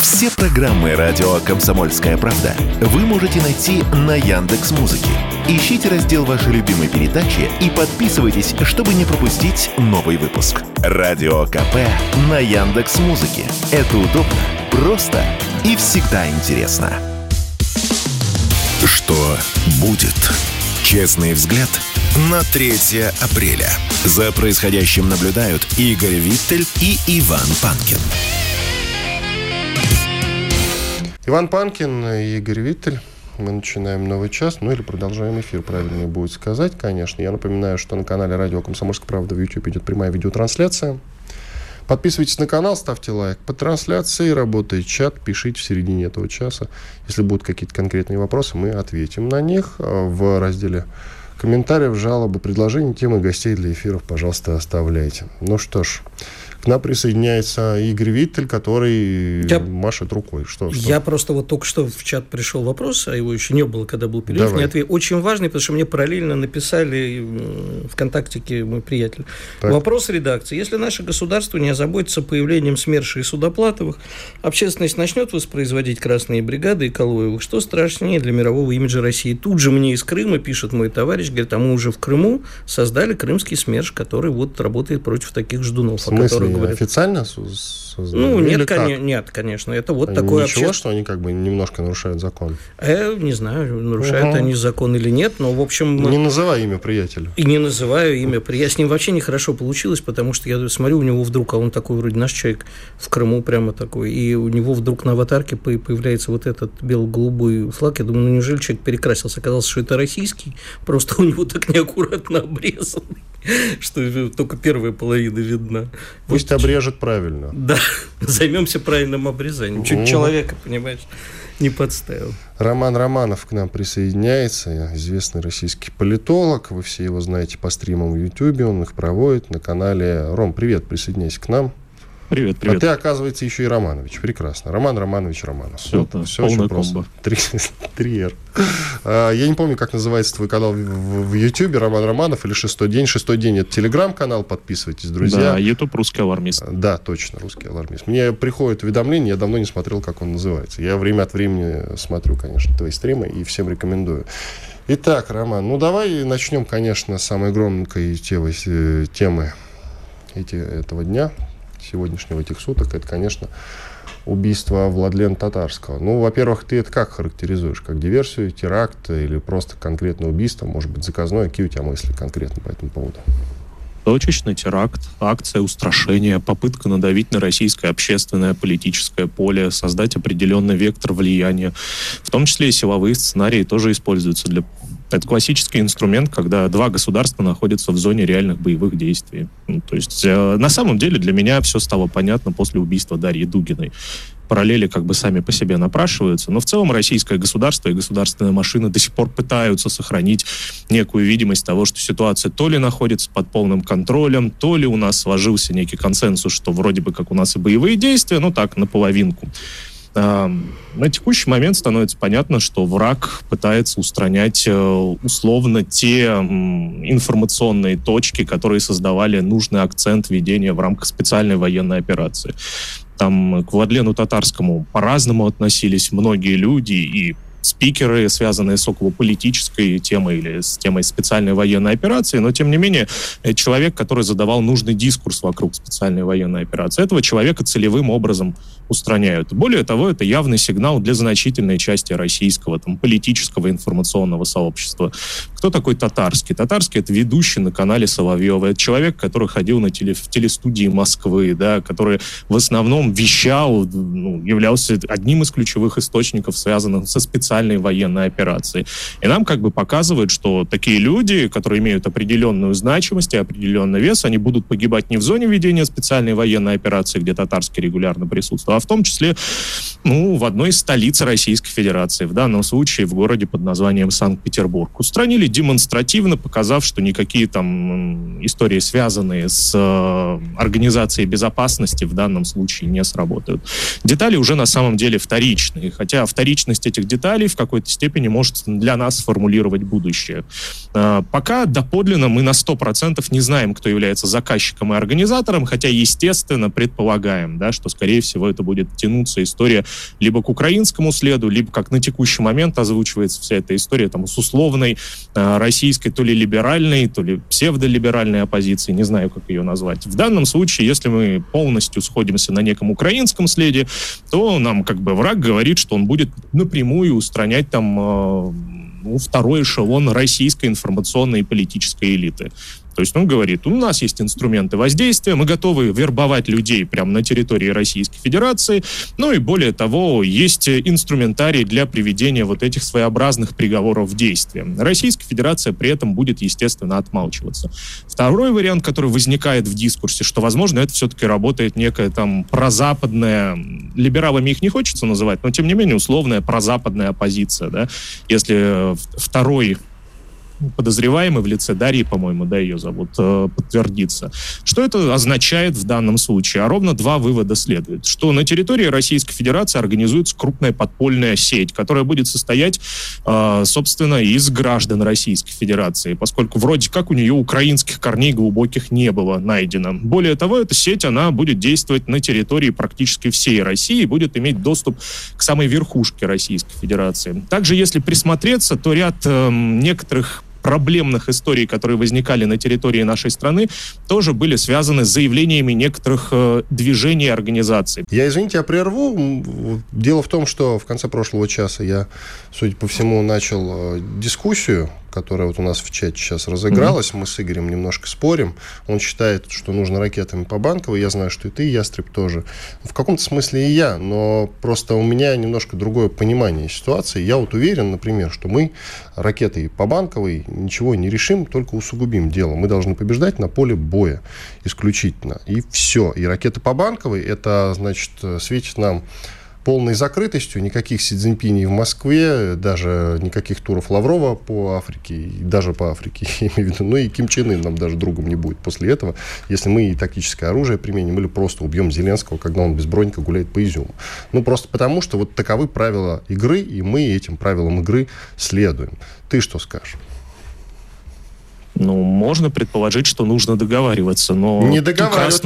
Все программы радио «Комсомольская правда» вы можете найти на Яндекс.Музыке. Ищите раздел вашей любимой передачи и подписывайтесь, чтобы не пропустить новый выпуск. Радио КП на Яндекс.Музыке. Это удобно, просто и всегда интересно. Что будет? Честный взгляд на 3 апреля. За происходящим наблюдают Игорь Виттель и Иван Панкин. Иван Панкин и Игорь Виттель. Мы начинаем новый час, или продолжаем эфир, правильнее будет сказать, конечно. Я напоминаю, что на канале радио «Комсомольская правда» в YouTube идет прямая видеотрансляция. Подписывайтесь на канал, ставьте лайк под трансляцией, работает чат, пишите в середине этого часа. Если будут какие-то конкретные вопросы, мы ответим на них в разделе комментариев, жалобы, предложений, темы, гостей для эфиров, пожалуйста, оставляйте. Ну что ж, к нам присоединяется Игорь Виттель, который машет рукой. Что? Я просто только что в чат пришел вопрос, а его еще не было, когда был перерыв. Мне ответ очень важный, потому что мне параллельно написали ВКонтактике мой приятель. Так. Вопрос редакции. Если наше государство не озаботится появлением СМЕРШа и Судоплатовых, общественность начнет воспроизводить красные бригады и Калуевых. Что страшнее для мирового имиджа России? Тут же мне из Крыма пишет мой товарищ, говорит, мы уже в Крыму создали крымский СМЕРШ, который работает против таких ждунов. В смысле? Официально создали? Нет, конечно. Это такое ничего, что они немножко нарушают закон? Не знаю, нарушают они закон или нет, но, в общем... Не называй имя приятеля. И не называю имя приятеля. С ним вообще нехорошо получилось, потому что я смотрю, у него вдруг, он такой вроде наш человек в Крыму прямо такой, и у него вдруг на аватарке появляется вот этот бело-голубой флаг. Я думаю, неужели человек перекрасился? Оказалось, что это российский, просто у него так неаккуратно обрезанный, что только первая половина видна. Пусть обрежет правильно. Да, займемся правильным обрезанием. Чуть человека, понимаешь, не подставил. Роман Романов к нам присоединяется, известный российский политолог. Вы все его знаете по стримам в Ютубе, он их проводит на канале. Ром, привет, присоединяйся к нам. Привет. А ты, оказывается, еще и Романович. Прекрасно. Роман Романович Романов. Все очень просто. 3R. Я не помню, как называется твой канал в Ютубе, Роман Романов или «Шестой день». «Шестой день» — это телеграм-канал, подписывайтесь, друзья. Да, Ютуб «Русский алармист». Да, точно, «Русский алармист». Мне приходят уведомления, я давно не смотрел, как он называется. Я время от времени смотрю, конечно, твои стримы и всем рекомендую. Итак, Роман, давай начнем, конечно, с самой громкой темы этого дня, сегодняшнего, этих суток. Это, конечно, убийство Владлена Татарского. Во-первых, ты это как характеризуешь? Как диверсию, теракт или просто конкретное убийство? Может быть, заказное? Какие у тебя мысли конкретно по этому поводу? Точечный теракт, акция устрашения, попытка надавить на российское общественное политическое поле, создать определенный вектор влияния. В том числе и силовые сценарии тоже используются для... Это классический инструмент, когда два государства находятся в зоне реальных боевых действий. То есть, на самом деле, для меня все стало понятно после убийства Дарьи Дугиной. Параллели сами по себе напрашиваются, но в целом российское государство и государственная машина до сих пор пытаются сохранить некую видимость того, что ситуация то ли находится под полным контролем, то ли у нас сложился некий консенсус, что вроде бы как у нас и боевые действия, наполовинку. На текущий момент становится понятно, что враг пытается устранять условно те информационные точки, которые создавали нужный акцент ведения в рамках специальной военной операции. Там к Владлену Татарскому по-разному относились многие люди, и спикеры, связанные с околополитической темой или с темой специальной военной операции, но, тем не менее, это человек, который задавал нужный дискурс вокруг специальной военной операции. Этого человека целевым образом устраняют. Более того, это явный сигнал для значительной части российского политического информационного сообщества. Кто такой Татарский? Татарский — это ведущий на канале Соловьева. Это человек, который ходил в телестудии Москвы, который в основном вещал, являлся одним из ключевых источников, связанных со специальной военной операцией. И нам показывают, что такие люди, которые имеют определенную значимость и определенный вес, они будут погибать не в зоне ведения специальной военной операции, где Татарский регулярно присутствовал, а в том числе в одной из столиц Российской Федерации, в данном случае в городе под названием Санкт-Петербург. Устранили демонстративно, показав, что никакие истории, связанные с организацией безопасности, в данном случае не сработают. Детали уже на самом деле вторичные, хотя вторичность этих деталей сценарий в какой-то степени может для нас сформулировать будущее. Пока доподлинно мы на 100% не знаем, кто является заказчиком и организатором, хотя, естественно, предполагаем, да, что, скорее всего, это будет тянуться история либо к украинскому следу, либо, как на текущий момент озвучивается вся эта история там, с условной российской то ли либеральной, то ли псевдолиберальной оппозиции, не знаю, как ее назвать. В данном случае, если мы полностью сходимся на неком украинском следе, то нам как бы враг говорит, что он будет напрямую устранять там второй эшелон российской информационной и политической элиты. То есть он говорит, у нас есть инструменты воздействия, мы готовы вербовать людей прямо на территории Российской Федерации, ну и более того, есть инструментарий для приведения вот этих своеобразных приговоров в действие. Российская Федерация при этом будет, естественно, отмалчиваться. Второй вариант, который возникает в дискурсе, что, возможно, это все-таки работает некая там прозападная, либералами их не хочется называть, но, тем не менее, условная прозападная оппозиция, да, если второй подозреваемый в лице Дарьи, по-моему, да, ее зовут, подтвердится. Что это означает в данном случае? А ровно два вывода следует. Что на территории Российской Федерации организуется крупная подпольная сеть, которая будет состоять, собственно, из граждан Российской Федерации, поскольку вроде как у нее украинских корней глубоких не было найдено. Более того, эта сеть, она будет действовать на территории практически всей России и будет иметь доступ к самой верхушке Российской Федерации. Также, если присмотреться, то ряд некоторых проблемных историй, которые возникали на территории нашей страны, тоже были связаны с заявлениями некоторых движений и организаций. Извините, я прерву. Дело в том, что в конце прошлого часа я, судя по всему, начал дискуссию, которая вот у нас в чате сейчас разыгралась. Мы с Игорем немножко спорим. Он считает, что нужно ракетами по Банковой. Я знаю, что и ты, и Ястреб тоже. В каком-то смысле и я, но просто у меня немножко другое понимание ситуации. Я вот уверен, например, что мы ракетой по Банковой ничего не решим, только усугубим дело. Мы должны побеждать на поле боя исключительно. И все. И ракеты по Банковой, это, значит, светит нам полной закрытостью, никаких Си Цзиньпиней в Москве, даже никаких туров Лаврова по Африке, и даже по Африке, я имею в виду, ну и Ким Чен Ын нам даже другом не будет после этого, если мы и тактическое оружие применим, или просто убьем Зеленского, когда он без броника гуляет по Изюму. Ну, просто потому, что вот таковы правила игры, и мы этим правилам игры следуем. Ты что скажешь? Ну, можно предположить, что нужно договариваться, но... Не договариваться,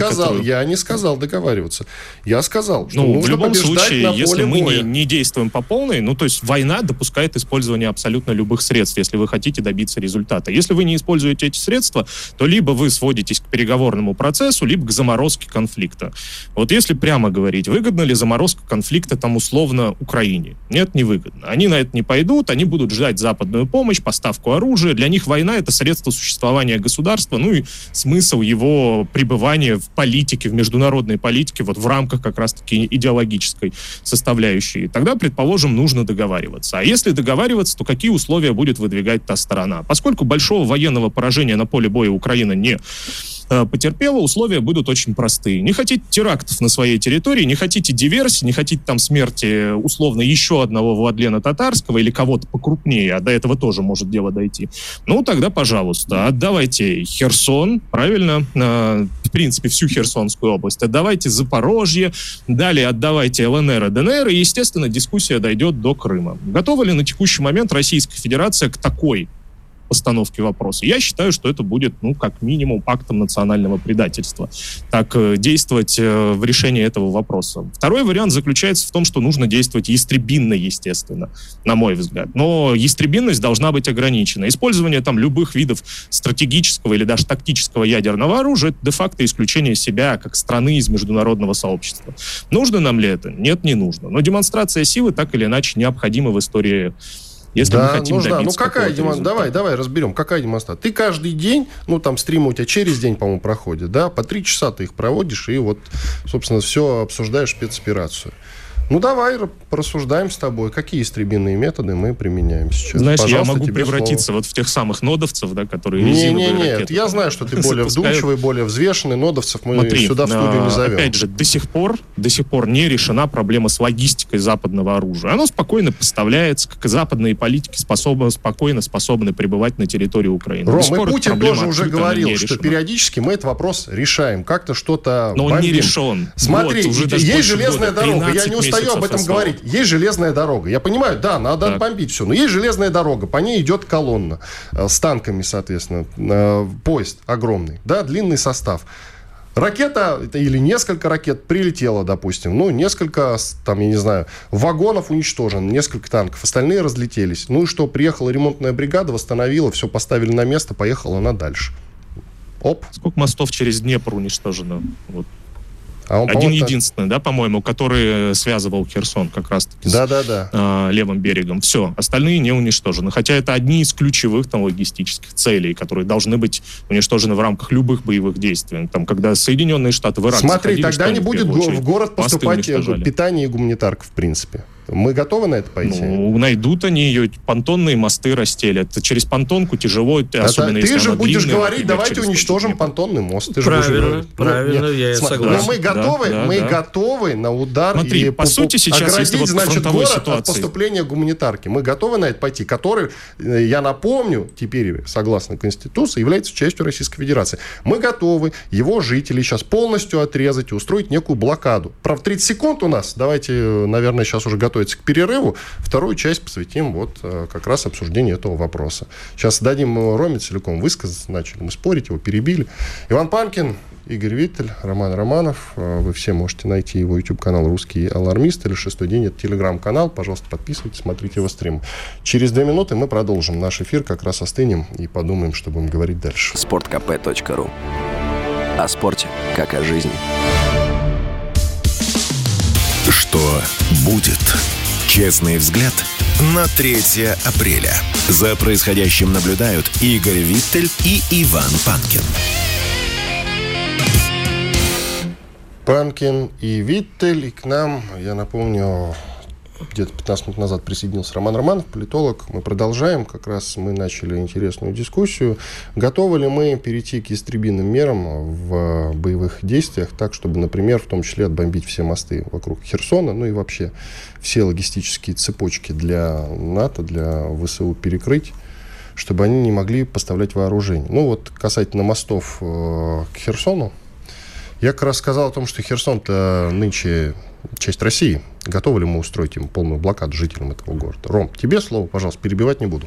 я не сказал договариваться. Я сказал, что нужно в любом случае, на если мы боя. не действуем по полной, ну, то есть война допускает использование абсолютно любых средств, если вы хотите добиться результата. Если вы не используете эти средства, то либо вы сводитесь к переговорному процессу, либо к заморозке конфликта. Вот если прямо говорить, выгодна ли заморозка конфликта там условно Украине? Нет, не выгодно. Они на это не пойдут, они будут ждать западную помощь, поставку оружия. Для них война — это средство существования государства, ну и смысл его пребывания в политике, в международной политике, вот в рамках как раз-таки идеологической составляющей. Тогда, предположим, нужно договариваться. А если договариваться, то какие условия будет выдвигать та сторона? Поскольку большого военного поражения на поле боя Украина не потерпела, условия будут очень простые. Не хотите терактов на своей территории, не хотите диверсии, не хотите там смерти условно еще одного Владлена Татарского или кого-то покрупнее, а до этого тоже может дело дойти. Ну, тогда, пожалуйста, отдавайте Херсон, правильно, в принципе, всю Херсонскую область, отдавайте Запорожье, далее отдавайте ЛНР и ДНР, и, естественно, дискуссия дойдет до Крыма. Готова ли на текущий момент Российская Федерация к такой постановки вопроса? Я считаю, что это будет, ну, как минимум, актом национального предательства. Так действовать в решении этого вопроса. Второй вариант заключается в том, что нужно действовать ястребинно, естественно, на мой взгляд. Но ястребинность должна быть ограничена. Использование там любых видов стратегического или даже тактического ядерного оружия — это де-факто исключение себя как страны из международного сообщества. Нужно нам ли это? Нет, не нужно. Но демонстрация силы так или иначе необходима в истории. Если мы хотим нужна. добиться какая демонстрация? Давай разберем, какая демонстрация. Ты каждый день, там стримы у тебя через день, по-моему, проходят, да, по 3 часа ты их проводишь, и вот, собственно, все обсуждаешь спецоперацию. Давай порассуждаем с тобой, какие истребинные методы мы применяем сейчас. Знаешь, я могу превратиться вот в тех самых нодовцев, да, которые резиновые ракеты. Нет, я знаю, что ты более вдумчивый, более взвешенный. Нодовцев мы сюда в студию не зовем. Опять же, до сих пор не решена проблема с логистикой западного оружия. Оно спокойно поставляется, как и западные политики спокойно способны пребывать на территории Украины. Ром, и Путин тоже уже говорил, что периодически мы этот вопрос решаем. Как-то что-то но он не решен. Смотри, есть железная дорога. Я не устаю устаю об этом говорить. Есть железная дорога. Я понимаю, да, надо отбомбить все. Но есть железная дорога. По ней идет колонна с танками, соответственно. Поезд огромный. Да, длинный состав. Ракета или несколько ракет прилетело, допустим. Несколько, там, я не знаю, вагонов уничтожено, несколько танков. Остальные разлетелись. И что, приехала ремонтная бригада, восстановила, все поставили на место, поехала она дальше. Оп. Сколько мостов через Днепр уничтожено? Один-единственный, да, по-моему, который связывал Херсон как раз-таки с левым берегом. Все, остальные не уничтожены. Хотя это одни из ключевых логистических целей, которые должны быть уничтожены в рамках любых боевых действий. Когда Соединенные Штаты в Ирак... Смотри, тогда не будет в город поступать питание и гуманитарка, в принципе. Мы готовы на это пойти? Найдут они ее, понтонные мосты расстелят. Через понтонку тяжело, особенно если ты же будешь длинная, говорить, давайте уничтожим понтонный мост. Правильно, я согласен. Но мы готовы на удар. Смотри, по сути, сейчас оградить, значит, город от поступления гуманитарки. Мы готовы на это пойти, который, я напомню, теперь, согласно Конституции, является частью Российской Федерации. Мы готовы его жителей сейчас полностью отрезать и устроить некую блокаду. Правда, 30 секунд у нас. Давайте, наверное, сейчас уже готовиться к перерыву. Вторую часть посвятим как раз обсуждению этого вопроса. Сейчас дадим Роме целиком высказаться. Начали мы спорить, его перебили. Иван Панкин, Игорь Виттель, Роман Романов. Вы все можете найти его YouTube-канал «Русский алармист» или «Шестой день». Это телеграм-канал. Пожалуйста, подписывайтесь, смотрите его стрим. Через 2 минуты мы продолжим наш эфир. Как раз остынем и подумаем, что будем говорить дальше. sportkp.ru. О спорте, как о жизни. Что будет? Честный взгляд на 3 апреля. За происходящим наблюдают Игорь Виттель и Иван Панкин. Панкин и Виттель. И к нам, я напомню, где-то 15 минут назад присоединился Роман Романов, политолог. Мы продолжаем. Как раз мы начали интересную дискуссию. Готовы ли мы перейти к истребиным мерам в боевых действиях, так, чтобы, например, в том числе отбомбить все мосты вокруг Херсона, и вообще все логистические цепочки для НАТО, для ВСУ перекрыть, чтобы они не могли поставлять вооружение. Касательно мостов к Херсону, я как раз сказал о том, что Херсон-то нынче часть России. Готовы ли мы устроить им полную блокаду жителям этого города? Ром, тебе слово, пожалуйста, перебивать не буду.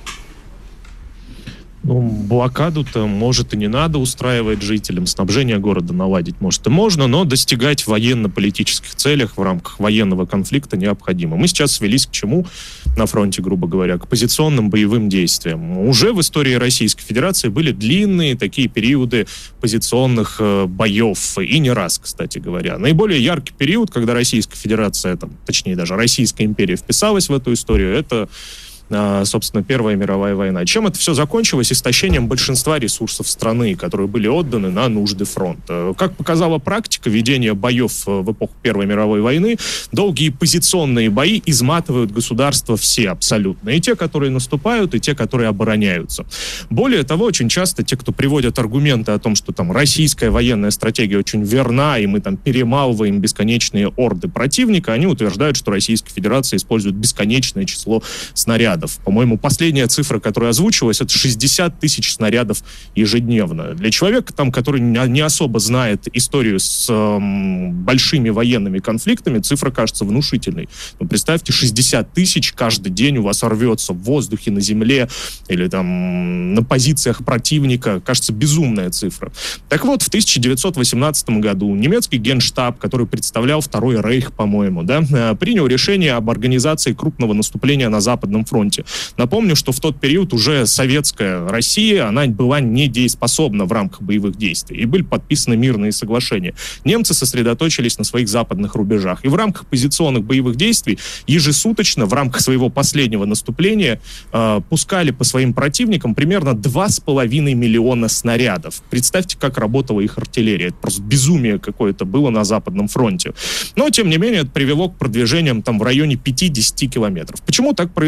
Блокаду-то, может, и не надо устраивать жителям. Снабжение города наладить, может, и можно, но достигать военно-политических целях в рамках военного конфликта необходимо. Мы сейчас свелись к чему на фронте, грубо говоря? К позиционным боевым действиям. Уже в истории Российской Федерации были длинные такие периоды позиционных боев. И не раз, кстати говоря. Наиболее яркий период, когда Российская Федерация, точнее даже Российская империя вписалась в эту историю, это собственно, Первая мировая война. Чем это все закончилось? Истощением большинства ресурсов страны, которые были отданы на нужды фронта. Как показала практика ведения боев в эпоху Первой мировой войны, долгие позиционные бои изматывают государства все абсолютно. И те, которые наступают, и те, которые обороняются. Более того, очень часто те, кто приводят аргументы о том, что российская военная стратегия очень верна, и мы перемалываем бесконечные орды противника, они утверждают, что Российская Федерация использует бесконечное число снарядов. По-моему, последняя цифра, которая озвучивалась, это 60 тысяч снарядов ежедневно. Для человека, который не особо знает историю с большими военными конфликтами, цифра кажется внушительной. Представьте, 60 тысяч каждый день у вас рвется в воздухе, на земле или на позициях противника. Кажется, безумная цифра. Так вот, в 1918 году немецкий генштаб, который представлял Второй Рейх, по-моему, принял решение об организации крупного наступления на Западном фронте. Напомню, что в тот период уже советская Россия, она была недееспособна в рамках боевых действий. И были подписаны мирные соглашения. Немцы сосредоточились на своих западных рубежах. И в рамках позиционных боевых действий ежесуточно в рамках своего последнего наступления пускали по своим противникам примерно 2,5 миллиона снарядов. Представьте, как работала их артиллерия. Это просто безумие какое-то было на Западном фронте. Но, тем не менее, это привело к продвижениям в районе 5-10 километров. Почему так происходило?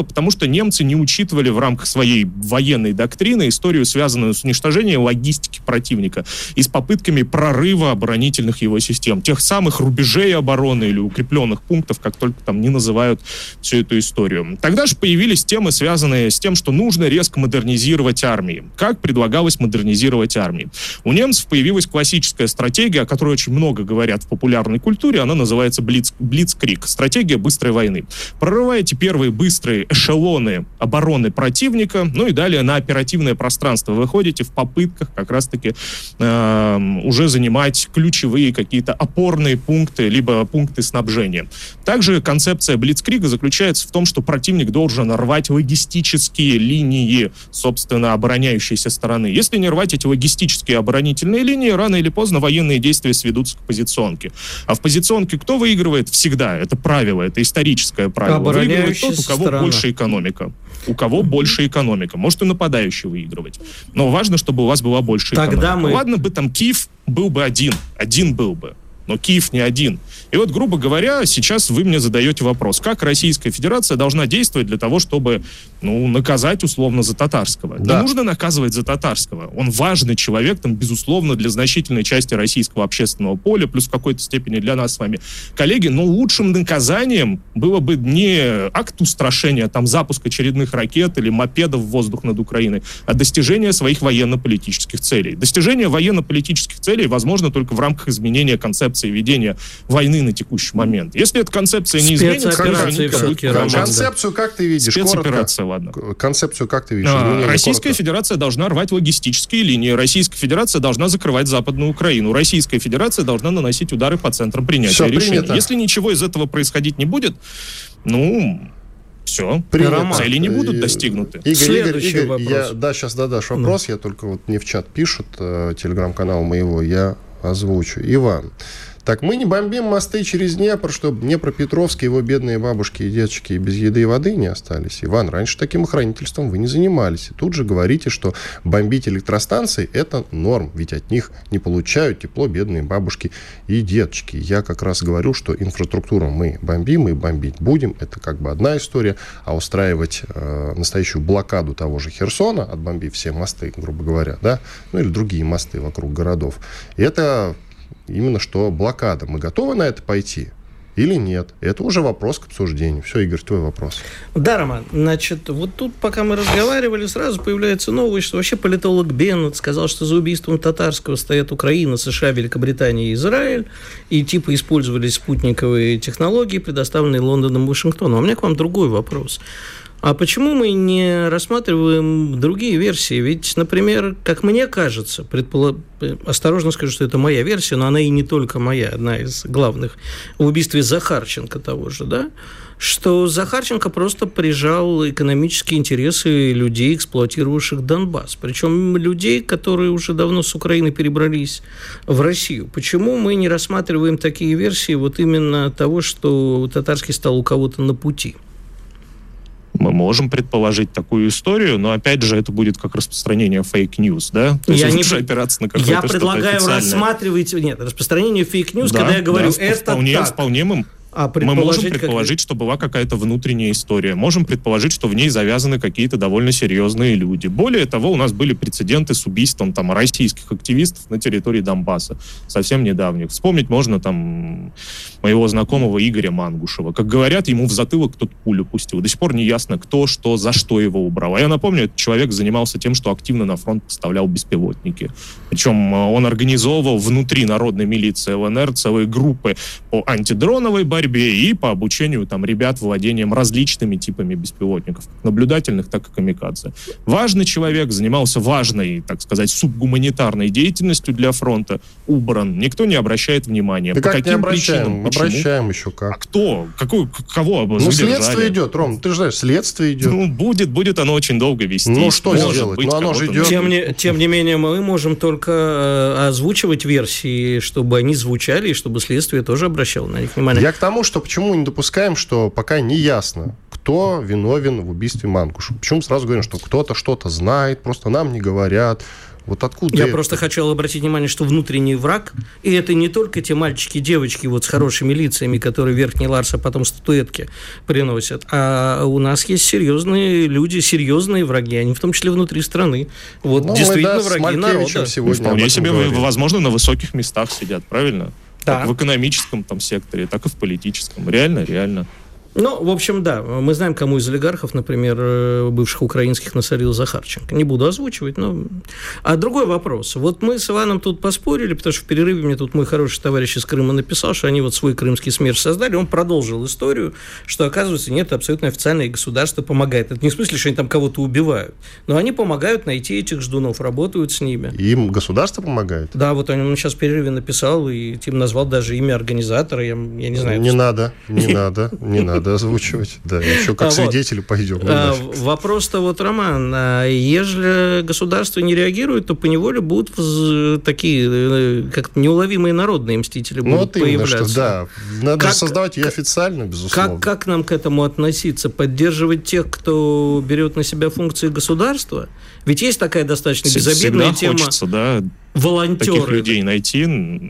потому что немцы не учитывали в рамках своей военной доктрины историю, связанную с уничтожением логистики противника и с попытками прорыва оборонительных его систем, тех самых рубежей обороны или укрепленных пунктов, как только там не называют всю эту историю. Тогда же появились темы, связанные с тем, что нужно резко модернизировать армии. Как предлагалось модернизировать армии? У немцев появилась классическая стратегия, о которой очень много говорят в популярной культуре, она называется Блицкриг, стратегия быстрой войны. Прорываете первые быстрые эшелоны обороны противника, ну и далее на оперативное пространство выходите в попытках как раз-таки уже занимать ключевые какие-то опорные пункты, либо пункты снабжения. Также концепция Блицкрига заключается в том, что противник должен рвать логистические линии, собственно, обороняющейся стороны. Если не рвать эти логистические оборонительные линии, рано или поздно военные действия сведутся к позиционке. А в позиционке кто выигрывает? Всегда. Это правило, это историческое правило. Выигрывает тот, у кого больше экономика. У кого больше экономика. Может и нападающий выигрывать. Но важно, чтобы у вас была больше экономика. Ладно бы там Киев был бы один был бы. Но Киев не один. И вот, грубо говоря, сейчас вы мне задаете вопрос, как Российская Федерация должна действовать для того, чтобы, наказать условно за татарского. Да. Не нужно наказывать за татарского. Он важный человек, там, безусловно, для значительной части российского общественного поля, плюс в какой-то степени для нас с вами, коллеги, но лучшим наказанием было бы не акт устрашения, там, запуск очередных ракет или мопедов в воздух над Украиной, а достижение своих военно-политических целей. Достижение военно-политических целей возможно только в рамках изменения концепции ведения войны на текущий момент. Если эта концепция не изменится... Концепцию как ты видишь? Спецоперация, ладно. Концепцию как ты видишь? Российская Федерация должна рвать логистические линии. Российская Федерация должна закрывать Западную Украину. Российская Федерация должна наносить удары по центрам принятия решений. Принято. Если ничего из этого происходить не будет, все, цели не будут достигнуты. Игорь, сейчас дадашь вопрос, я только мне в чат пишут, телеграм-канал моего, я озвучу. Иван. Так, мы не бомбим мосты через Днепр, чтобы Днепропетровские его бедные бабушки и дедушки без еды и воды не остались. Иван, раньше таким охранительством вы не занимались. И тут же говорите, что бомбить электростанции – это норм, ведь от них не получают тепло бедные бабушки и дедушки. Я как раз говорю, что инфраструктуру мы бомбим и бомбить будем. Это как бы одна история. А устраивать настоящую блокаду того же Херсона, отбомбив все мосты, грубо говоря, да, или другие мосты вокруг городов, это... Именно что блокада. Мы готовы на это пойти или нет? Это уже вопрос к обсуждению. Все, Игорь, твой вопрос. Да, Роман. Значит, вот тут, пока мы разговаривали, сразу появляется новость, что вообще политолог Беннет сказал, что за убийством татарского стоят Украина, США, Великобритания и Израиль, и типа использовались спутниковые технологии, предоставленные Лондоном и Вашингтоном. А у меня к вам другой вопрос. А почему мы не рассматриваем другие версии? Ведь, например, как мне кажется, осторожно скажу, что это моя версия, но она и не только моя, одна из главных, в убийстве Захарченко того же, да, что Захарченко просто прижал экономические интересы людей, эксплуатировавших Донбасс. Причем людей, которые уже давно с Украины перебрались в Россию. Почему мы не рассматриваем такие версии вот именно того, что татарский стал у кого-то на пути? Мы можем предположить такую историю, но, опять же, это будет как распространение фейк-ньюс, да? То есть лучше опираться на какое-то что-то официальное. Я предлагаю рассматривать... Нет, распространение фейк-ньюс, да, когда я говорю, это вполне мы можем предположить, что была какая-то внутренняя история. Можем предположить, что в ней завязаны какие-то довольно серьезные люди. Более того, у нас были прецеденты с убийством там российских активистов на территории Донбасса, совсем недавних. Вспомнить можно там моего знакомого Игоря Мангушева. Как говорят, ему в затылок кто-то пулю пустил. До сих пор не ясно, кто, что, за что его убрал. А я напомню, этот человек занимался тем, что активно на фронт поставлял беспилотники. Причем он организовывал внутри народной милиции ЛНР целые группы по антидроновой борьбе и по обучению там ребят владением различными типами беспилотников, как наблюдательных, так и камикадзе. Важный человек, занимался важной, так сказать, субгуманитарной деятельностью для фронта, убран. Никто не обращает внимания. Да по каким причинам? Обращаем еще как. А кто? Кого задержали? Следствие идет, Ром, ты же знаешь, следствие идет. Будет оно очень долго вести. Что сделать? Оно же идет. Тем не менее, мы можем только озвучивать версии, чтобы они звучали, и чтобы следствие тоже обращало на них внимание. Я к тому, что почему не допускаем, что пока не ясно, кто виновен в убийстве Мангушева. Почему сразу говорим, что кто-то что-то знает, просто нам не говорят. Вот откуда Я просто хотел обратить внимание, что внутренний враг, и это не только те мальчики, девочки вот с хорошими лицами, которые верхний Ларс, а потом статуэтки приносят, а у нас есть серьезные люди, серьезные враги, они в том числе внутри страны. Вот действительно враги народа. Вполне себе, возможно, на высоких местах сидят, правильно? Да. Как в экономическом там секторе, так и в политическом. Реально. Ну, в общем, да, мы знаем, кому из олигархов, например, бывших украинских насолил Захарченко. Не буду озвучивать, но... А другой вопрос. Вот мы с Иваном тут поспорили, потому что в перерыве мне тут мой хороший товарищ из Крыма написал, что они вот свой крымский СМЕРШ создали. Он продолжил историю, что, оказывается, нет, абсолютно официальное государство помогает. Это не в смысле, что они там кого-то убивают, но они помогают найти этих ждунов, работают с ними. Им государство помогает? Да, вот он сейчас в перерыве написал, и Тим назвал даже имя организатора. Я не знаю. Не надо озвучивать. Да, еще как свидетели пойдем. Вопрос-то вот, Роман, ежели государство не реагирует, то поневоле будут такие как-то неуловимые народные мстители будут появляться. Что, да. Надо создавать ее официально, безусловно. Как нам к этому относиться? Поддерживать тех, кто берет на себя функции государства? Ведь есть такая достаточно безобидная тема. Хочется, да, волонтеры. Таких людей найти,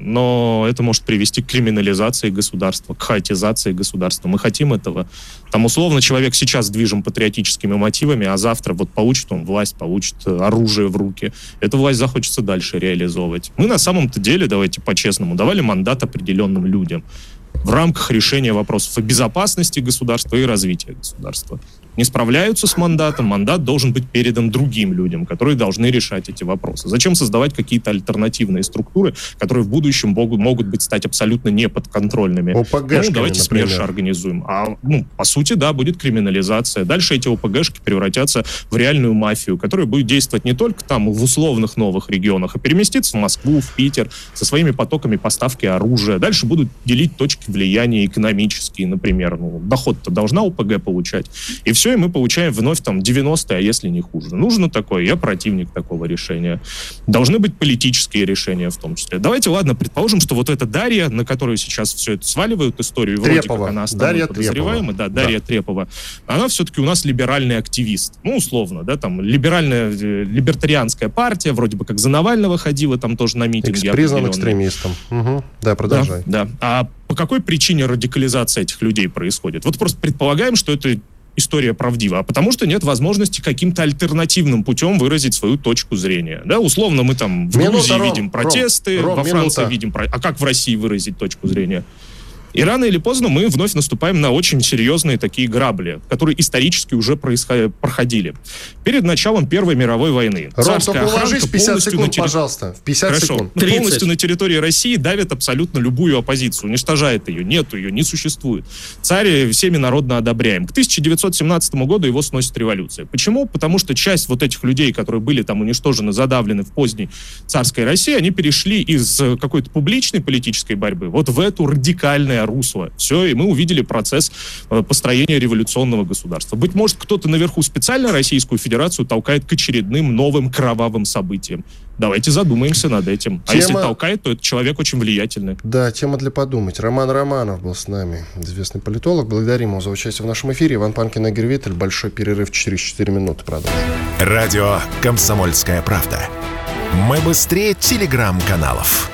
но это может привести к криминализации государства, к хаотизации государства. Мы хотим этого. Там условно человек сейчас движим патриотическими мотивами, а завтра вот получит он власть, получит оружие в руки. Эту власть захочется дальше реализовывать. Мы на самом-то деле, давайте по-честному, давали мандат определенным людям в рамках решения вопросов о безопасности государства и развития государства. Не справляются с мандатом, мандат должен быть передан другим людям, которые должны решать эти вопросы. Зачем создавать какие-то альтернативные структуры, которые в будущем могут стать абсолютно неподконтрольными? ОПГшками, давайте СМЕРШ организуем. По сути, да, будет криминализация. Дальше эти ОПГшки превратятся в реальную мафию, которая будет действовать не только там в условных новых регионах, а переместиться в Москву, в Питер со своими потоками поставки оружия. Дальше будут делить точки влияния экономические, например. Доход-то должна ОПГ получать. И все, и мы получаем вновь там 90-е, а если не хуже. Нужно такое, я противник такого решения. Должны быть политические решения в том числе. Давайте, ладно, предположим, что вот эта Дарья, на которую сейчас все это сваливают историю, Трепова. Вроде как она основная подозреваемая, Дарья Трепова, она все-таки у нас либеральный активист. Условно, да, там либеральная, либертарианская партия, вроде бы как за Навального ходила, там тоже на митинги. Признан экстремистом. Угу. Да, продолжай. Да. А по какой причине радикализация этих людей происходит? Вот просто предполагаем, что это история правдива, а потому что нет возможности каким-то альтернативным путем выразить свою точку зрения. Да, условно мы там в Грузии видим протесты, во Франции видим... А как в России выразить точку зрения? И рано или поздно мы вновь наступаем на очень серьезные такие грабли, которые исторически уже проходили. Перед началом Первой мировой войны. Ром, только уложись в 50 секунд, пожалуйста. В 50 секунд. 30. Полностью на территории России давит абсолютно любую оппозицию, уничтожает ее, нету ее, не существует. Царь всеми народно одобряем. К 1917 году его сносит революция. Почему? Потому что часть вот этих людей, которые были там уничтожены, задавлены в поздней царской России, они перешли из какой-то публичной политической борьбы вот в эту радикальную русло. Все, и мы увидели процесс построения революционного государства. Быть может, кто-то наверху специально Российскую Федерацию толкает к очередным новым кровавым событиям. Давайте задумаемся над этим. А если толкает, то это человек очень влиятельный. Да, тема для подумать. Роман Романов был с нами, известный политолог. Благодарим его за участие в нашем эфире. Иван Панкин, Игорь Виттель. Большой перерыв через 4 минуты. Продолжим. Радио «Комсомольская правда». Мы быстрее телеграм-каналов.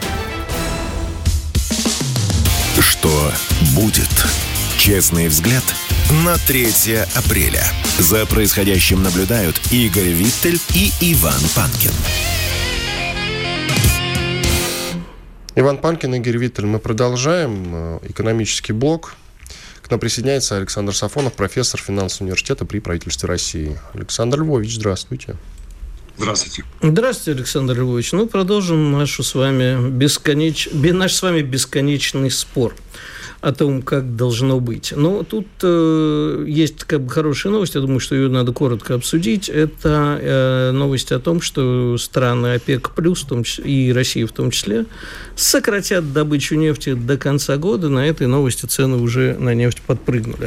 Что будет? Честный взгляд на 3 апреля. За происходящим наблюдают Игорь Виттель и Иван Панкин. Иван Панкин, Игорь Виттель. Мы продолжаем экономический блок. К нам присоединяется Александр Сафонов, профессор финансового университета при правительстве России. Александр Львович, здравствуйте. Здравствуйте. Здравствуйте, Александр Львович. Продолжим наш с вами бесконечный спор о том, как должно быть. Но тут есть хорошая новость, я думаю, что ее надо коротко обсудить. Это новость о том, что страны ОПЕК+, и Россия в том числе, сократят добычу нефти до конца года. На этой новости цены уже на нефть подпрыгнули.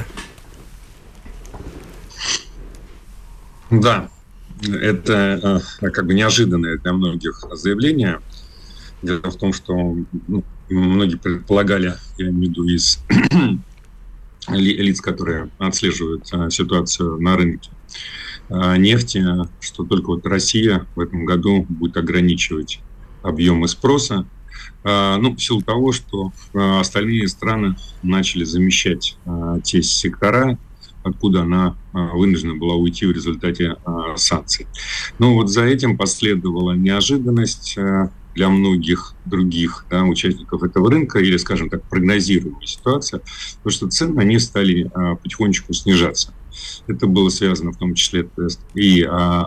Да. Это неожиданное для многих заявление. Дело в том, что многие предполагали, я имею в виду из лиц, которые отслеживают ситуацию на рынке нефти, что только вот Россия в этом году будет ограничивать объемы спроса, в силу того, что остальные страны начали замещать те сектора, откуда она вынуждена была уйти в результате санкций. Но вот за этим последовала неожиданность для многих других участников этого рынка, или, скажем так, прогнозируемая ситуация, потому что цены на нефть стали потихонечку снижаться. Это было связано в том числе и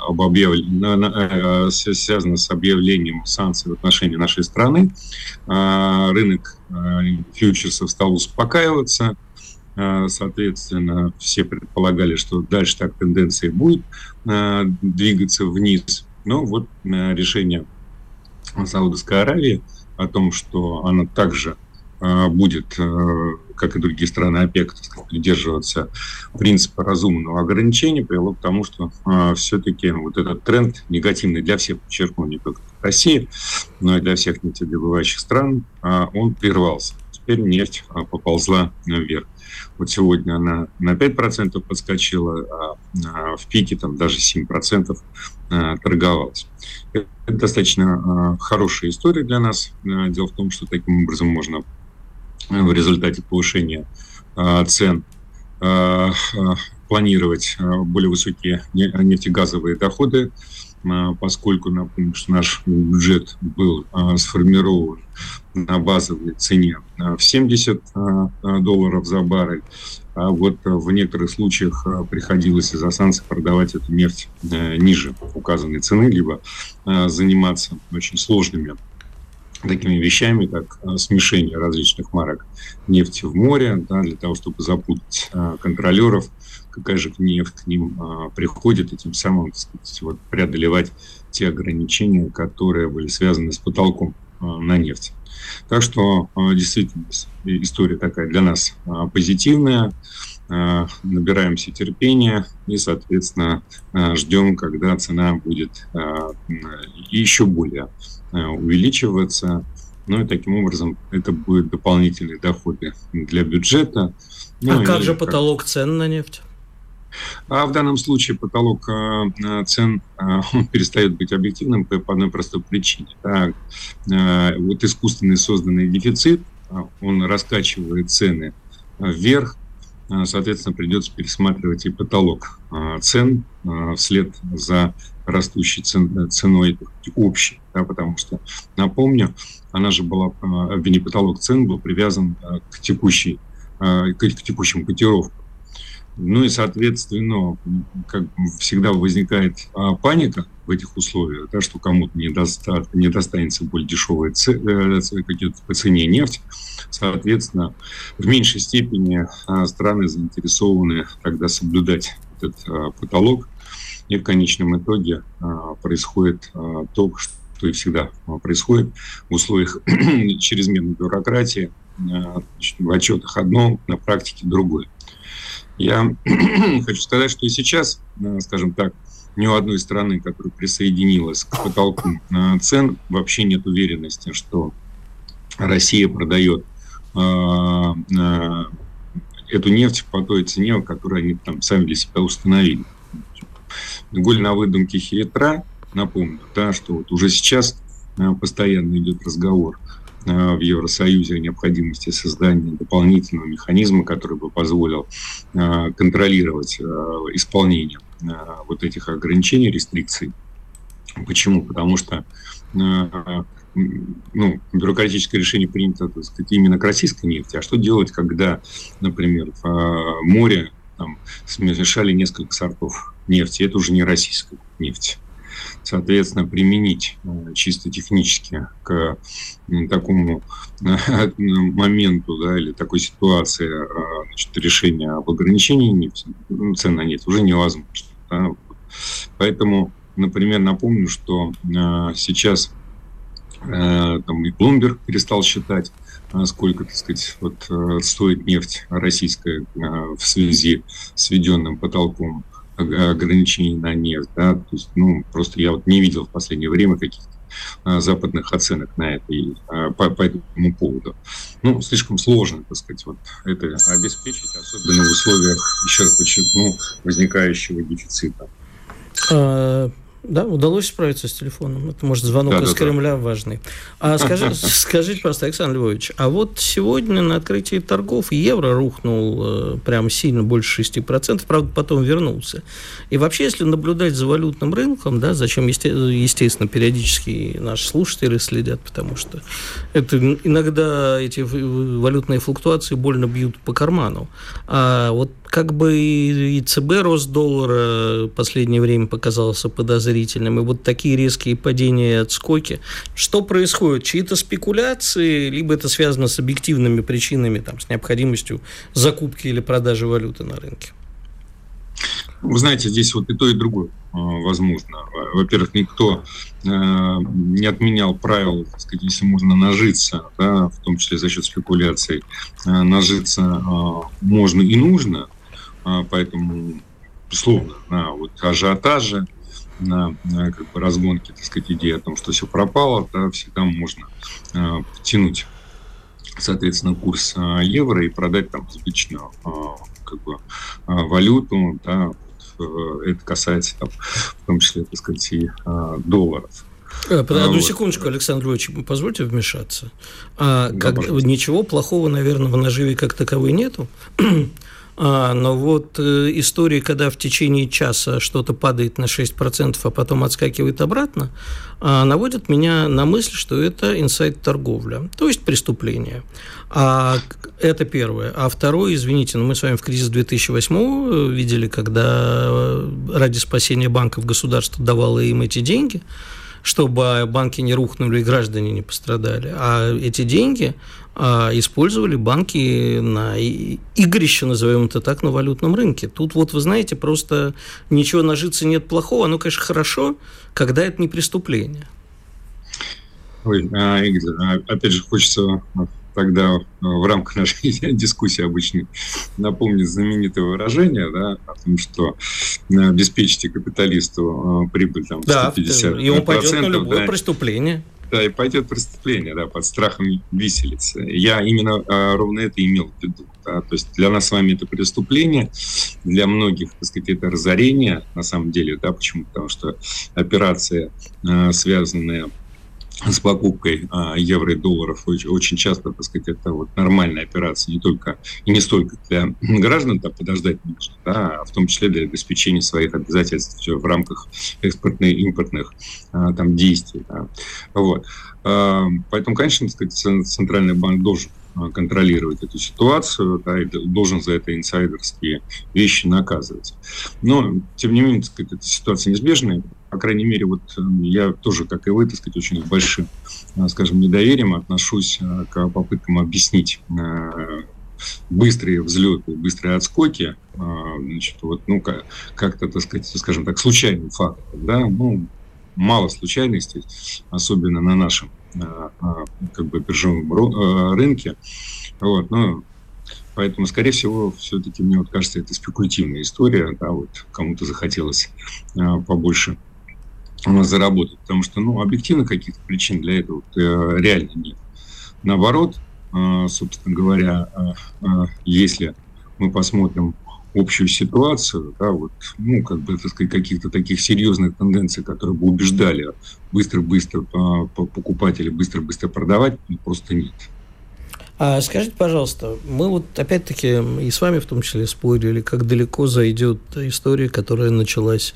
связано с объявлением санкций в отношении нашей страны. Рынок фьючерсов стал успокаиваться. Соответственно, все предполагали, что дальше так тенденция будет двигаться вниз. Но вот решение Саудовской Аравии о том, что она также будет, как и другие страны ОПЕК, придерживаться принципа разумного ограничения, привело к тому, что все-таки вот этот тренд негативный для всех, подчеркну, не только России, но и для всех нефтедобывающих стран, он прервался. Теперь нефть поползла вверх. Вот сегодня она на 5% подскочила, а в пике там даже 7% торговалась. Это достаточно хорошая история для нас. Дело в том, что таким образом можно в результате повышения цен планировать более высокие нефтегазовые доходы, поскольку, напомню, что наш бюджет был сформирован на базовой цене в $70 за баррель, а вот в некоторых случаях приходилось из-за санкций продавать эту нефть ниже указанной цены, либо заниматься очень сложными такими вещами, как смешение различных марок нефти в море, для того, чтобы запутать контролеров, какая же нефть к ним приходит, и тем самым, так сказать, вот, преодолевать те ограничения, которые были связаны с потолком на нефть. Так что действительно история такая для нас позитивная. Набираемся терпения и, соответственно, ждем, когда цена будет еще более увеличиваться. Ну и таким образом это будут дополнительные доходы для бюджета. А как же потолок цен на нефть? А в данном случае потолок цен перестает быть объективным по одной простой причине. Так, вот искусственный созданный дефицит, он раскачивает цены вверх, соответственно, придется пересматривать и потолок цен вслед за растущей ценой общей, потому что, напомню, она же была, потолок цен был привязан к текущим котировкам. Ну и, соответственно, как всегда возникает паника в этих условиях, что кому-то не достанется более дешевая по цене нефть. Соответственно, в меньшей степени страны заинтересованы тогда соблюдать этот потолок. И в конечном итоге происходит то, что и всегда происходит в условиях чрезмерной бюрократии. В отчетах одно, на практике другое. Я хочу сказать, что и сейчас, скажем так, ни у одной страны, которая присоединилась к потолку цен, вообще нет уверенности, что Россия продает эту нефть по той цене, которую они там сами для себя установили. Голь на выдумке хитра. Напомню, что вот уже сейчас постоянно идет разговор в Евросоюзе о необходимости создания дополнительного механизма, который бы позволил контролировать исполнение вот этих ограничений, рестрикций. Почему? Потому что бюрократическое решение принято, так сказать, именно к российской нефти. А что делать, когда, например, в море смешали несколько сортов нефти? Это уже не российская нефть. Соответственно, применить чисто технически к такому моменту, или такой ситуации решения об ограничении нефти, цен на нефть уже невозможно. Поэтому, например, напомню, что сейчас и Bloomberg перестал считать, сколько, так сказать, стоит нефть российская в связи с введенным потолком ограничений на нефть. То есть, просто я не видел в последнее время каких-то западных оценок на это и по этому поводу. Ну, слишком сложно, так сказать, вот это обеспечить, особенно в условиях, еще раз подчеркну, возникающего дефицита. Да, удалось справиться с телефоном. Это, может, звонок из Кремля важный. Скажите, пожалуйста, Александр Львович, а вот сегодня на открытии торгов евро рухнул прям сильно, больше 6%, правда, потом вернулся. И вообще, если наблюдать за валютным рынком, да, зачем, естественно, периодически наши слушатели следят, потому что это иногда эти валютные флуктуации больно бьют по карману. А вот как бы и ЦБ рост доллара в последнее время показался подозрительным, и вот такие резкие падения и отскоки. Что происходит? Чьи-то спекуляции, либо это связано с объективными причинами, там, с необходимостью закупки или продажи валюты на рынке? Вы знаете, здесь вот и то, и другое возможно. Во-первых, никто не отменял правил, так сказать, если можно нажиться, да, в том числе за счет спекуляций, нажиться можно и нужно, поэтому, безусловно, на вот ажиотаже, на как бы разгонке, так сказать, идеи о том, что все пропало, да, всегда можно потянуть, соответственно, курс евро и продать там избыточную как бы валюту, да, это касается там, в том числе, так сказать, и долларов. Одну секундочку, Александр Львович, позвольте вмешаться. Ничего плохого, наверное, в наживе как таковой нету. Но вот истории, когда в течение часа что-то падает на 6%, а потом отскакивает обратно, наводят меня на мысль, что это инсайд-торговля, то есть преступление. Это первое. А второе, извините, но мы с вами в кризис 2008 видели, когда ради спасения банков государство давало им эти деньги, чтобы банки не рухнули и граждане не пострадали. А эти деньги использовали банки на игрище, назовем это так, на валютном рынке. Тут вот, вы знаете, просто ничего нажиться нет плохого. Оно, конечно, хорошо, когда это не преступление. Ой, Игорь, опять же, хочется тогда в рамках нашей дискуссии обычной напомнить знаменитое выражение, да, о том, что обеспечите капиталисту прибыль там, 150%. Да, и он пойдет на любое преступление. Да, и пойдет преступление, да, под страхом виселицы. Я именно ровно это имел в виду. Да, то есть для нас с вами это преступление, для многих, так сказать, это разорение, на самом деле, да, почему? Потому что операция, связанная с покупкой евро и долларов, очень часто, так сказать, это вот нормальная операция, не только и не столько для граждан, там подождать нужно, да, а в том числе для обеспечения своих обязательств в рамках экспортных и импортных там действий. Да. Вот. Поэтому, конечно, так сказать, Центральный банк должен контролировать эту ситуацию, да, и должен за это инсайдерские вещи наказывать. Но, тем не менее, так сказать, эта ситуация неизбежная. По крайней мере, вот я тоже, как и вы, так сказать, очень с большим, скажем, недоверием отношусь к попыткам объяснить быстрые взлеты, быстрые отскоки, значит, вот, ну, как-то, так сказать, скажем так, случайным фактом, да, ну, мало случайностей, особенно на нашем как бы биржевом рынке, вот, но поэтому, скорее всего, все-таки, мне вот кажется, это спекулятивная история, да, вот кому-то захотелось побольше заработать, потому что, ну, объективно каких-то причин для этого реально нет. Наоборот, собственно говоря, если мы посмотрим общую ситуацию, да, вот, ну, как бы, так сказать, каких-то таких серьезных тенденций, которые бы убеждали быстро-быстро покупателей быстро-быстро продавать, просто нет. Скажите, пожалуйста, мы вот опять-таки и с вами в том числе спорили, как далеко зайдет история, которая началась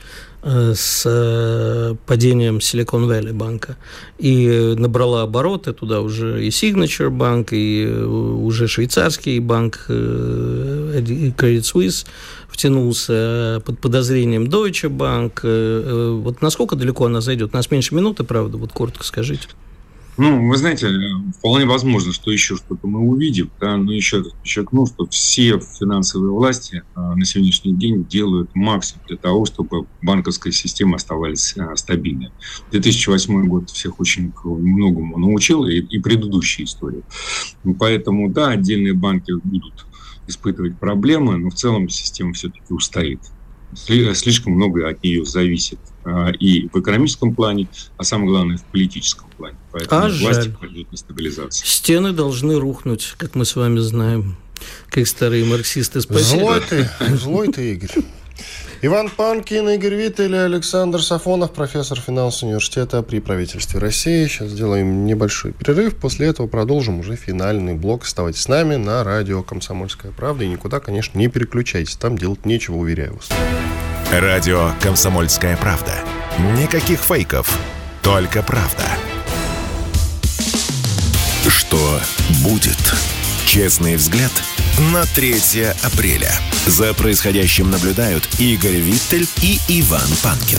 с падением Silicon Valley банка и набрала обороты, туда уже и Signature банк, и уже швейцарский банк Credit Suisse втянулся под подозрением Deutsche Bank. Вот насколько далеко она зайдет? У нас меньше минуты, правда, вот коротко скажите. Ну, вы знаете, вполне возможно, что еще что-то мы увидим, да, но еще раз подчеркну, что все финансовые власти на сегодняшний день делают максимум для того, чтобы банковская система оставалась стабильной. 2008 год всех очень многому научил, и предыдущие истории. Поэтому, да, отдельные банки будут испытывать проблемы, но в целом система все-таки устоит. Слишком много от нее зависит и в экономическом плане, а самое главное, в политическом плане. Поэтому власти жаль. пойдут на стабилизацию. Стены должны рухнуть, как мы с вами знаем, как старые марксисты. Спасибо. Злой ты, Игорь. Иван Панкин, Игорь Виттель, Александр Сафонов, профессор финансового университета при правительстве России. Сейчас сделаем небольшой перерыв. После этого продолжим уже финальный блок. Оставайтесь с нами на радио «Комсомольская правда». И никуда, конечно, не переключайтесь. Там делать нечего, уверяю вас. Радио «Комсомольская правда». Никаких фейков, только правда. Что будет? Честный взгляд на 3 апреля. За происходящим наблюдают Игорь Виттель и Иван Панкин.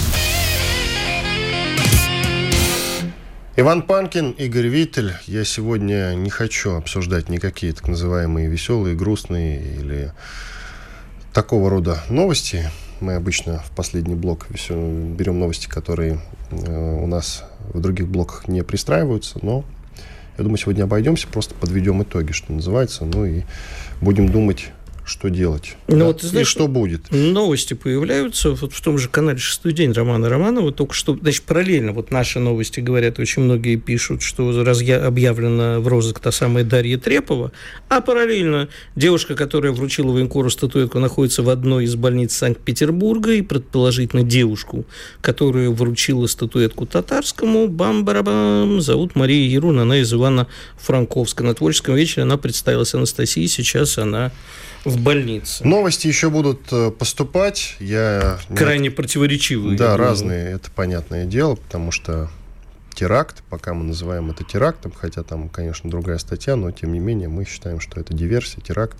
Иван Панкин, Игорь Виттель. Я сегодня не хочу обсуждать никакие так называемые веселые, грустные или такого рода новости. Мы обычно в последний блок берем новости, которые у нас в других блоках не пристраиваются, но я думаю, сегодня обойдемся, просто подведем итоги, что называется, ну и будем думать, что делать, да? Вот, знаешь, и что будет. Новости появляются вот в том же канале «Шестой день» Романа Романова. Только что, значит, параллельно вот наши новости говорят, очень многие пишут, что объявлена в розыск та самая Дарья Трепова, а параллельно девушка, которая вручила военкору статуэтку, находится в одной из больниц Санкт-Петербурга, и предположительно девушку, которая вручила статуэтку Татарскому, бам-барабам, зовут Мария Ярун, она из Ивано-Франковска. На творческом вечере она представилась Анастасией, сейчас она в больнице. Новости еще будут поступать. Крайне противоречивые. Да, разные, это понятное дело, потому что теракт, пока мы называем это терактом, хотя там, конечно, другая статья, но, тем не менее, мы считаем, что это диверсия, теракт,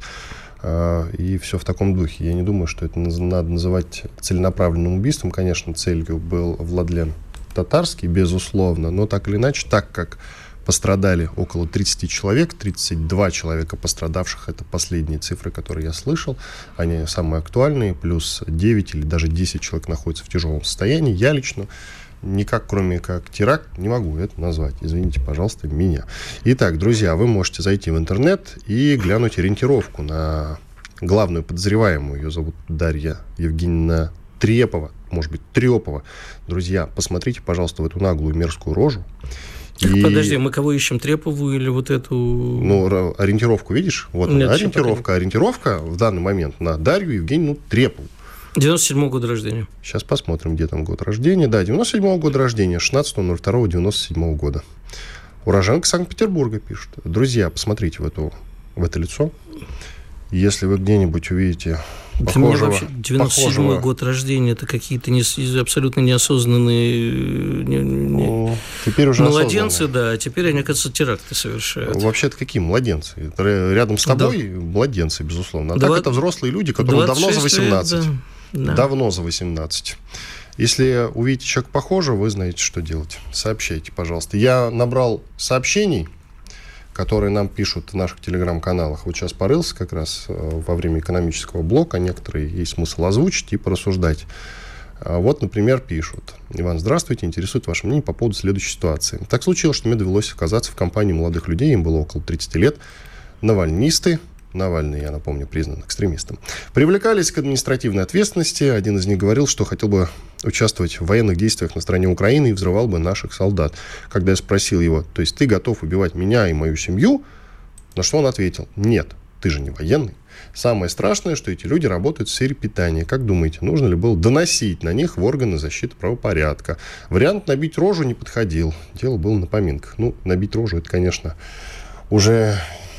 и все в таком духе. Я не думаю, что это надо называть целенаправленным убийством. Конечно, целью был Владлен Татарский, безусловно, но так или иначе, так как пострадали около 30 человек, 32 человека пострадавших, это последние цифры, которые я слышал, они самые актуальные, плюс 9 или даже 10 человек находятся в тяжелом состоянии. Я лично никак, кроме как теракт, не могу это назвать. Извините, пожалуйста, меня. Итак, друзья, вы можете зайти в интернет и глянуть ориентировку на главную подозреваемую. Ее зовут Дарья Евгеньевна Трепова, может быть, Трепова. Друзья, посмотрите, пожалуйста, в эту наглую мерзкую рожу. Подожди, мы кого ищем, Трепову или вот эту... Ну, ориентировку видишь? Вот нет, ориентировка в данный момент на Дарью Евгеньевну Трепову. 97-го года рождения. Сейчас посмотрим, где там год рождения. Да, 97-го года рождения, 16.02.97 года. Уроженка Санкт-Петербурга пишет. Друзья, посмотрите в это лицо. Если вы где-нибудь увидите похожего... 97-й год рождения, это какие-то абсолютно неосознанные теперь уже младенцы, осознанные. Да, а теперь они, оказывается, теракты совершают. Вообще-то какие младенцы? Рядом с тобой младенцы, безусловно. А так это взрослые люди, которым давно за 18. Да. Давно за 18. Если увидите человека похожего, вы знаете, что делать. Сообщайте, пожалуйста. Я набрал сообщений, которые нам пишут в наших телеграм-каналах. Вот сейчас порылся как раз во время экономического блока. Некоторые есть смысл озвучить и порассуждать. Вот, например, пишут. Иван, здравствуйте, интересует ваше мнение по поводу следующей ситуации. Так случилось, что мне довелось оказаться в компании молодых людей, им было около 30 лет, навальнисты. Навальный, я напомню, признан экстремистом. Привлекались к административной ответственности. Один из них говорил, что хотел бы участвовать в военных действиях на стороне Украины и взрывал бы наших солдат. Когда я спросил его, то есть ты готов убивать меня и мою семью? На что он ответил, нет, ты же не военный. Самое страшное, что эти люди работают в сфере питания. Как думаете, нужно ли было доносить на них в органы защиты правопорядка? Вариант набить рожу не подходил. Дело было на поминках. Ну, набить рожу, это, конечно, уже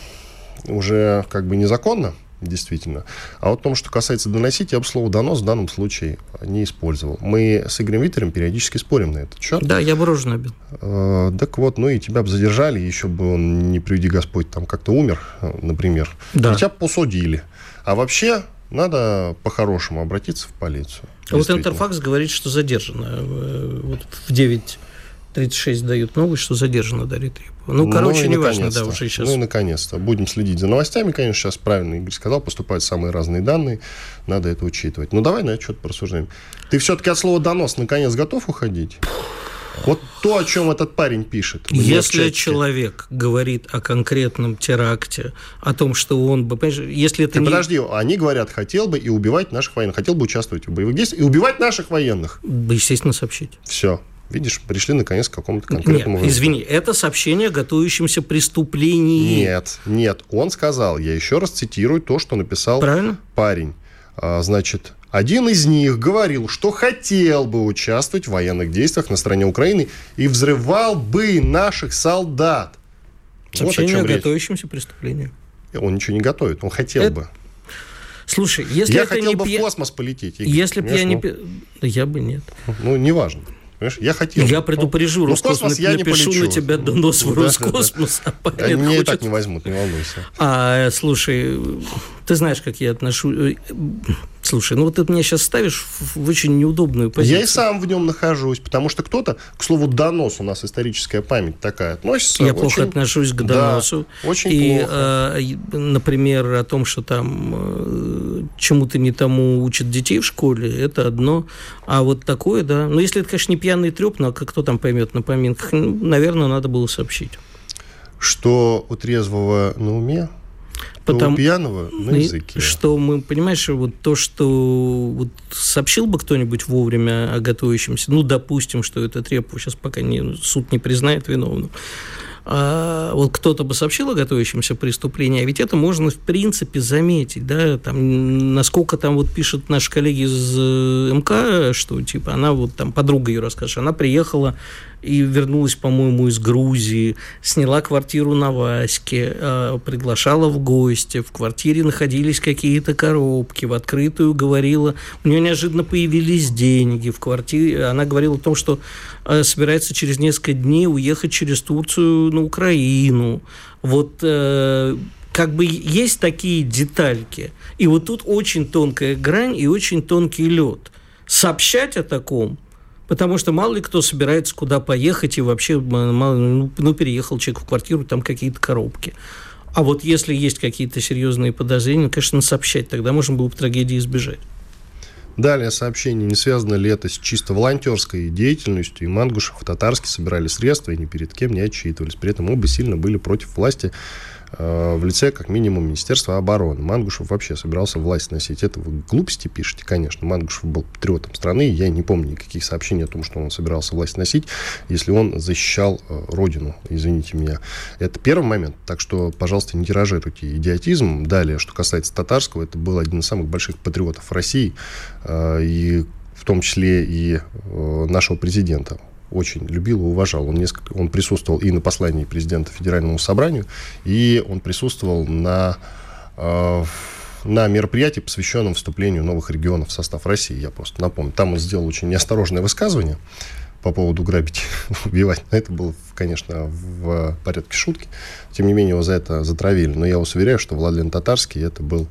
как бы незаконно, действительно. А вот в том, что касается доносить, я бы слово «донос» в данном случае не использовал. Мы с Игорем Виттерем периодически спорим на этот счет. Да, я бы рожу набил. Так вот, ну и тебя бы задержали, еще бы он, не приведи Господь, там как-то умер, например. Да. И тебя бы посудили. А вообще надо по-хорошему обратиться в полицию. А вот Интерфакс говорит, что задержано. Вот в 9:36 дают новость, что задержана Дарья Трепова. Ну, короче, неважно, да, уже сейчас. Ну и наконец-то. Будем следить за новостями, конечно, сейчас правильно Игорь сказал, поступают самые разные данные, надо это учитывать. Ну, давай на это что-то порассуждаем. Ты все-таки от слова «донос» наконец готов уходить? Вот то, о чем этот парень пишет. Если человек говорит о конкретном теракте, о том, что он бы... Если это Подожди, они говорят, хотел бы и убивать наших военных, хотел бы участвовать в боевых действиях и убивать наших военных. Да, естественно, сообщить. Все. Видишь, пришли наконец к какому-то конкретному выводу. Извини, это сообщение о готовящемся преступлении. Нет. Он сказал, я еще раз цитирую то, что написал парень. Значит, один из них говорил, что хотел бы участвовать в военных действиях на стороне Украины и взрывал бы наших солдат. Сообщение о готовящемся преступлении. Он ничего не готовит, он хотел бы. Слушай, если я это хотел не бы в космос полететь. Игорь, если бы я не... Я бы нет. Неважно. Понимаешь, я хотел. Я предупрежу Роскосмос, напишу на тебя донос в Роскосмос. Мне и так не возьмут, не волнуйся. Слушай, ты знаешь, как я отношусь... Слушай, ты меня сейчас ставишь в очень неудобную позицию. Я и сам в нем нахожусь, потому что кто-то, к слову, донос, у нас историческая память такая, относится. Я плохо отношусь к доносу. Да, очень плохо. Например, о том, что там чему-то не тому учат детей в школе, это одно. А вот такое, да. Но если это, конечно, не пьяный треп, но кто там поймет на поминках, наверное, надо было сообщить. Что у трезвого на уме, у пьяного на языке. Что мы, понимаешь, вот то, что сообщил бы кто-нибудь вовремя о готовящемся, допустим, что это Трепов сейчас пока суд не признает виновным, вот кто-то бы сообщил о готовящемся преступлении, а ведь это можно, в принципе, заметить, да, там, насколько там пишут наши коллеги из МК, что, типа, она там, подруга ее расскажет, она приехала и вернулась, по-моему, из Грузии, сняла квартиру на Ваське, приглашала в гости, в квартире находились какие-то коробки, в открытую говорила, у нее неожиданно появились деньги в квартире, она говорила о том, что собирается через несколько дней уехать через Турцию на Украину. Как бы есть такие детальки. И тут очень тонкая грань и очень тонкий лед. Сообщать о таком, потому что мало ли кто собирается куда поехать, и вообще переехал человек в квартиру, там какие-то коробки. А если есть какие-то серьезные подозрения, конечно, сообщать, тогда можно было бы трагедии избежать. Далее сообщение, не связано ли это с чисто волонтерской деятельностью, и Мангушев и Татарский собирали средства и ни перед кем не отчитывались. При этом оба сильно были против власти в лице, как минимум, Министерства обороны. Мангушев вообще собирался власть носить. Это вы глупости пишете, конечно. Мангушев был патриотом страны. Я не помню никаких сообщений о том, что он собирался власть носить, если он защищал родину. Извините меня. Это первый момент. Так что, пожалуйста, не тиражируйте идиотизм. Далее, что касается Татарского, это был один из самых больших патриотов России, и в том числе и нашего президента. Очень любил и уважал. Он присутствовал и на послании президента Федеральному собранию, и он присутствовал на мероприятии, посвященном вступлению новых регионов в состав России. Я просто напомню. Там он сделал очень неосторожное высказывание по поводу грабить, убивать. Это было, конечно, в порядке шутки. Тем не менее, его за это затравили. Но я вас уверяю, что Владлен Татарский это был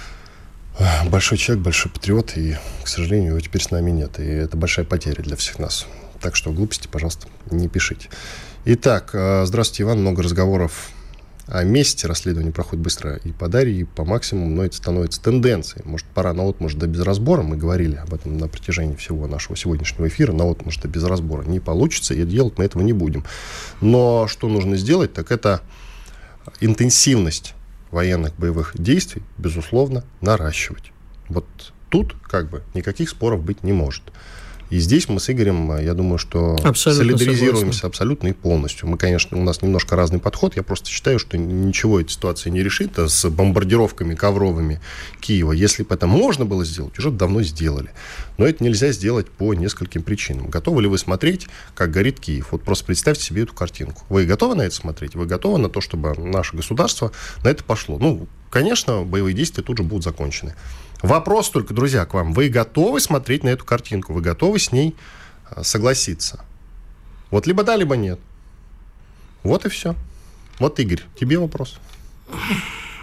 большой человек, большой патриот, и, к сожалению, его теперь с нами нет. И это большая потеря для всех нас. Так что глупости, пожалуйста, не пишите. Итак, здравствуйте, Иван. Много разговоров о месте. Расследование проходит быстро и по Дарье, и по Максимуму, но это становится тенденцией. Может, пора на отмуж до безразбора. Мы говорили об этом на протяжении всего нашего сегодняшнего эфира. На отмуж до безразбора не получится, и делать мы этого не будем. Но что нужно сделать, так это интенсивность военных боевых действий, безусловно, наращивать. Тут никаких споров быть не может. И здесь мы с Игорем, я думаю, что солидаризируемся абсолютно и полностью. Мы, конечно, у нас немножко разный подход. Я просто считаю, что ничего эта ситуация не решит с бомбардировками ковровыми Киева. Если бы это можно было сделать, уже давно сделали. Но это нельзя сделать по нескольким причинам. Готовы ли вы смотреть, как горит Киев? Просто представьте себе эту картинку. Вы готовы на это смотреть? Вы готовы на то, чтобы наше государство на это пошло? Конечно, боевые действия тут же будут закончены. Вопрос только, друзья, к вам. Вы готовы смотреть на эту картинку? Вы готовы с ней согласиться? Либо да, либо нет. И все. Игорь, тебе вопрос.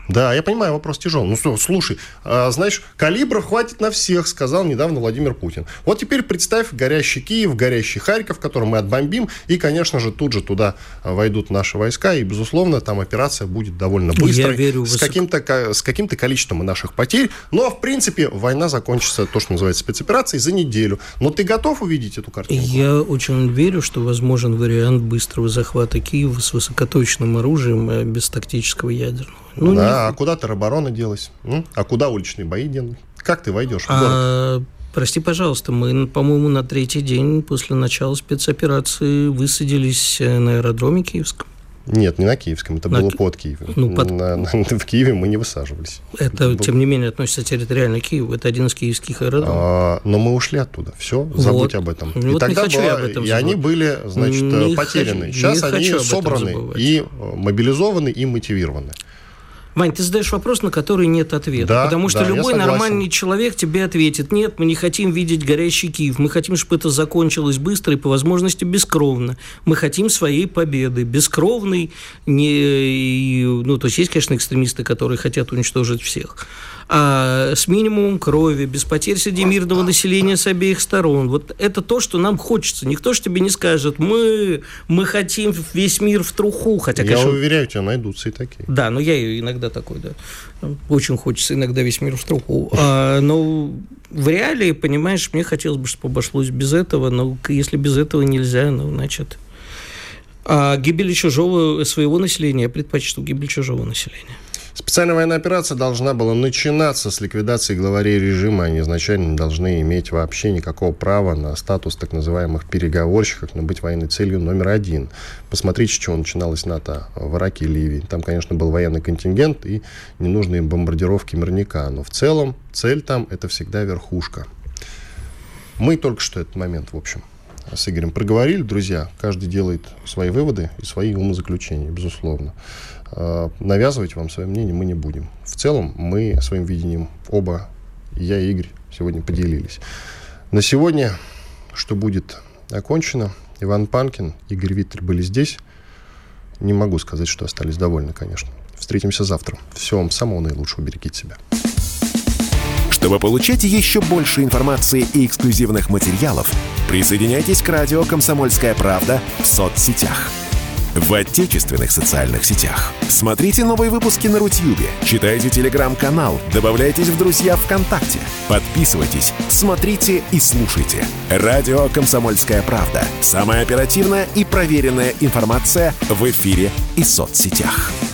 Да, я понимаю, вопрос тяжелый. Ну, слушай, знаешь, калибров хватит на всех, сказал недавно Владимир Путин. Вот теперь представь горящий Киев, горящий Харьков, который мы отбомбим, и, конечно же, тут же туда войдут наши войска, и, безусловно, там операция будет довольно быстрой, с каким-то количеством наших потерь. Но, в принципе, война закончится, то, что называется, спецоперацией, за неделю. Но ты готов увидеть эту картинку? Я очень верю, что возможен вариант быстрого захвата Киева с высокоточным оружием без тактического ядерного. Ну, да, а куда тероборона делась? А куда уличные бои делать? Как ты войдешь в город? Прости, пожалуйста, мы, по-моему, на 3-й день после начала спецоперации высадились на аэродроме Киевском. Нет, не на Киевском, это было под Киевом. В Киеве мы не высаживались. Это, тем не менее, относится территориально к Киеву. Это один из киевских аэродромов. Но мы ушли оттуда. Все, забудь об этом. И тогда они были, значит, потеряны. Сейчас они собраны и мобилизованы, и мотивированы. Вань, ты задаешь вопрос, на который нет ответа. Да, потому что любой нормальный человек тебе ответит: нет, мы не хотим видеть горящий Киев. Мы хотим, чтобы это закончилось быстро и, по возможности, бескровно. Мы хотим своей победы. Бескровной. То есть есть, конечно, экстремисты, которые хотят уничтожить всех. А с минимумом крови, без потерь среди мирного населения с обеих сторон. Вот это то, что нам хочется. Никто же тебе не скажет: мы хотим весь мир в труху. Хотя, я уверяю тебя, найдутся и такие. Да, но я иногда такой, да. Очень хочется иногда весь мир в труху. Но в реалии, понимаешь, мне хотелось бы, чтобы обошлось без этого. Но если без этого нельзя, значит... А гибель чужого своего населения, я предпочту гибель чужого населения. Специальная военная операция должна была начинаться с ликвидации главарей режима. Они изначально не должны иметь вообще никакого права на статус так называемых переговорщиков, но быть военной целью номер 1. Посмотрите, с чего начиналось НАТО в Ираке и Ливии. Там, конечно, был военный контингент и ненужные бомбардировки мирника. Но в целом цель там – это всегда верхушка. Мы только что этот момент, в общем, с Игорем проговорили. Друзья, каждый делает свои выводы и свои умозаключения, безусловно. Навязывать вам свое мнение мы не будем. В целом мы своим видением оба, я и Игорь, сегодня поделились. На сегодня, что будет окончено, Иван Панкин, Игорь Виттель были здесь. Не могу сказать, что остались довольны, конечно. Встретимся завтра. Всего вам самого наилучшего. Берегите себя. Чтобы получать еще больше информации и эксклюзивных материалов, присоединяйтесь к радио «Комсомольская правда» в соцсетях. В отечественных социальных сетях. Смотрите новые выпуски на Рутьюбе, читайте телеграм-канал, добавляйтесь в друзья ВКонтакте, подписывайтесь, смотрите и слушайте. Радио «Комсомольская правда». Самая оперативная и проверенная информация в эфире и соцсетях.